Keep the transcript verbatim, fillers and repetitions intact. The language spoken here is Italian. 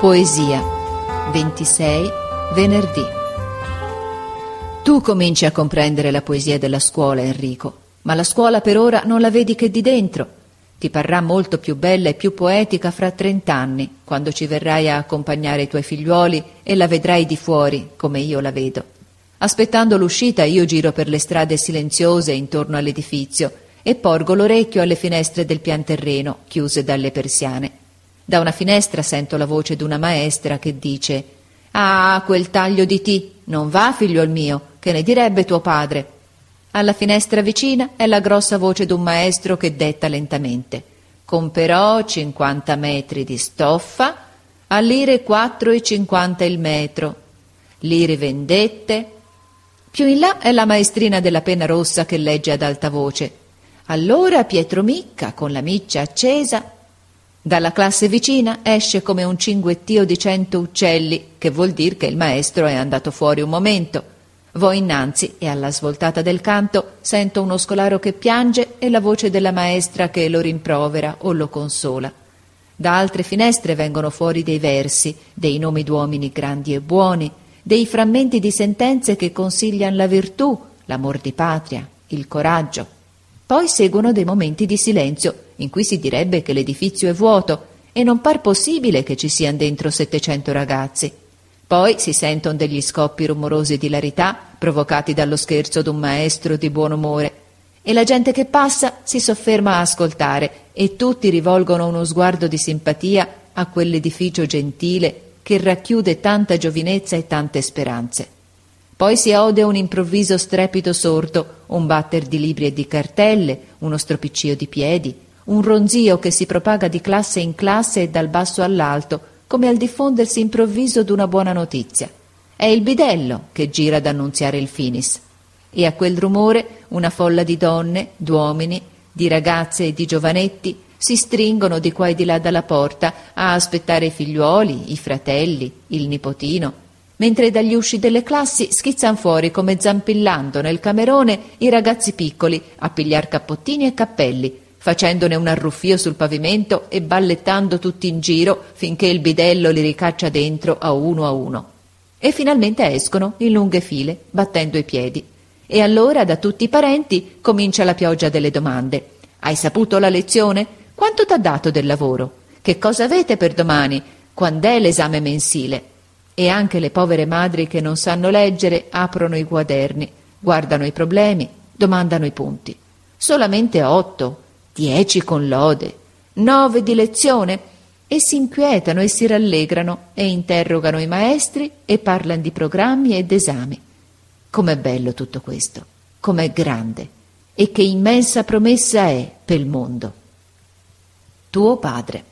Poesia, ventisei, venerdì. Tu cominci a comprendere la poesia della scuola, Enrico, ma la scuola per ora non la vedi che di dentro. Ti parrà molto più bella e più poetica fra trent'anni, quando ci verrai a accompagnare i tuoi figliuoli e la vedrai di fuori, come io la vedo. Aspettando l'uscita io giro per le strade silenziose intorno all'edifizio e porgo l'orecchio alle finestre del pian terreno, chiuse dalle persiane. Da una finestra sento la voce d'una maestra che dice: «Ah, quel taglio di T, non va, figliuol mio, che ne direbbe tuo padre?» Alla finestra vicina è la grossa voce d'un maestro che detta lentamente: «Comperò cinquanta metri di stoffa a lire quattro e cinquanta il metro. Li rivendette». Più in là è la maestrina della penna rossa che legge ad alta voce: «Allora Pietro Micca, con la miccia accesa». Dalla classe vicina esce come un cinguettio di cento uccelli, che vuol dir che il maestro è andato fuori un momento. Vo innanzi e alla svoltata del canto sento uno scolaro che piange e la voce della maestra che lo rimprovera o lo consola. Da altre finestre vengono fuori dei versi, dei nomi d'uomini grandi e buoni, dei frammenti di sentenze che consigliano la virtù, l'amor di patria, il coraggio. Poi seguono dei momenti di silenzio, in cui si direbbe che l'edifizio è vuoto e non par possibile che ci siano dentro settecento ragazzi. Poi si sentono degli scoppi rumorosi di ilarità provocati dallo scherzo d'un maestro di buon umore, e la gente che passa si sofferma a ascoltare e tutti rivolgono uno sguardo di simpatia a quell'edificio gentile che racchiude tanta giovinezza e tante speranze. Poi si ode un improvviso strepito sordo, un batter di libri e di cartelle, uno stropiccio di piedi, un ronzio che si propaga di classe in classe e dal basso all'alto, come al diffondersi improvviso d'una buona notizia. È il bidello che gira ad annunziare il finis. E a quel rumore una folla di donne, d'uomini, di ragazze e di giovanetti si stringono di qua e di là dalla porta a aspettare i figliuoli, i fratelli, il nipotino, mentre dagli usci delle classi schizzan fuori come zampillando nel camerone i ragazzi piccoli a pigliar cappottini e cappelli, facendone un arruffio sul pavimento e ballettando tutti in giro finché il bidello li ricaccia dentro a uno a uno. E finalmente escono in lunghe file, battendo i piedi. E allora da tutti i parenti comincia la pioggia delle domande. «Hai saputo la lezione? Quanto t'ha dato del lavoro? Che cosa avete per domani? Quand'è l'esame mensile?» E anche le povere madri che non sanno leggere aprono i quaderni, guardano i problemi, domandano i punti. Solamente otto, dieci con lode, nove di lezione, e si inquietano e si rallegrano e interrogano i maestri e parlano di programmi ed esami. Com'è bello tutto questo, com'è grande, e che immensa promessa è per il mondo. Tuo padre.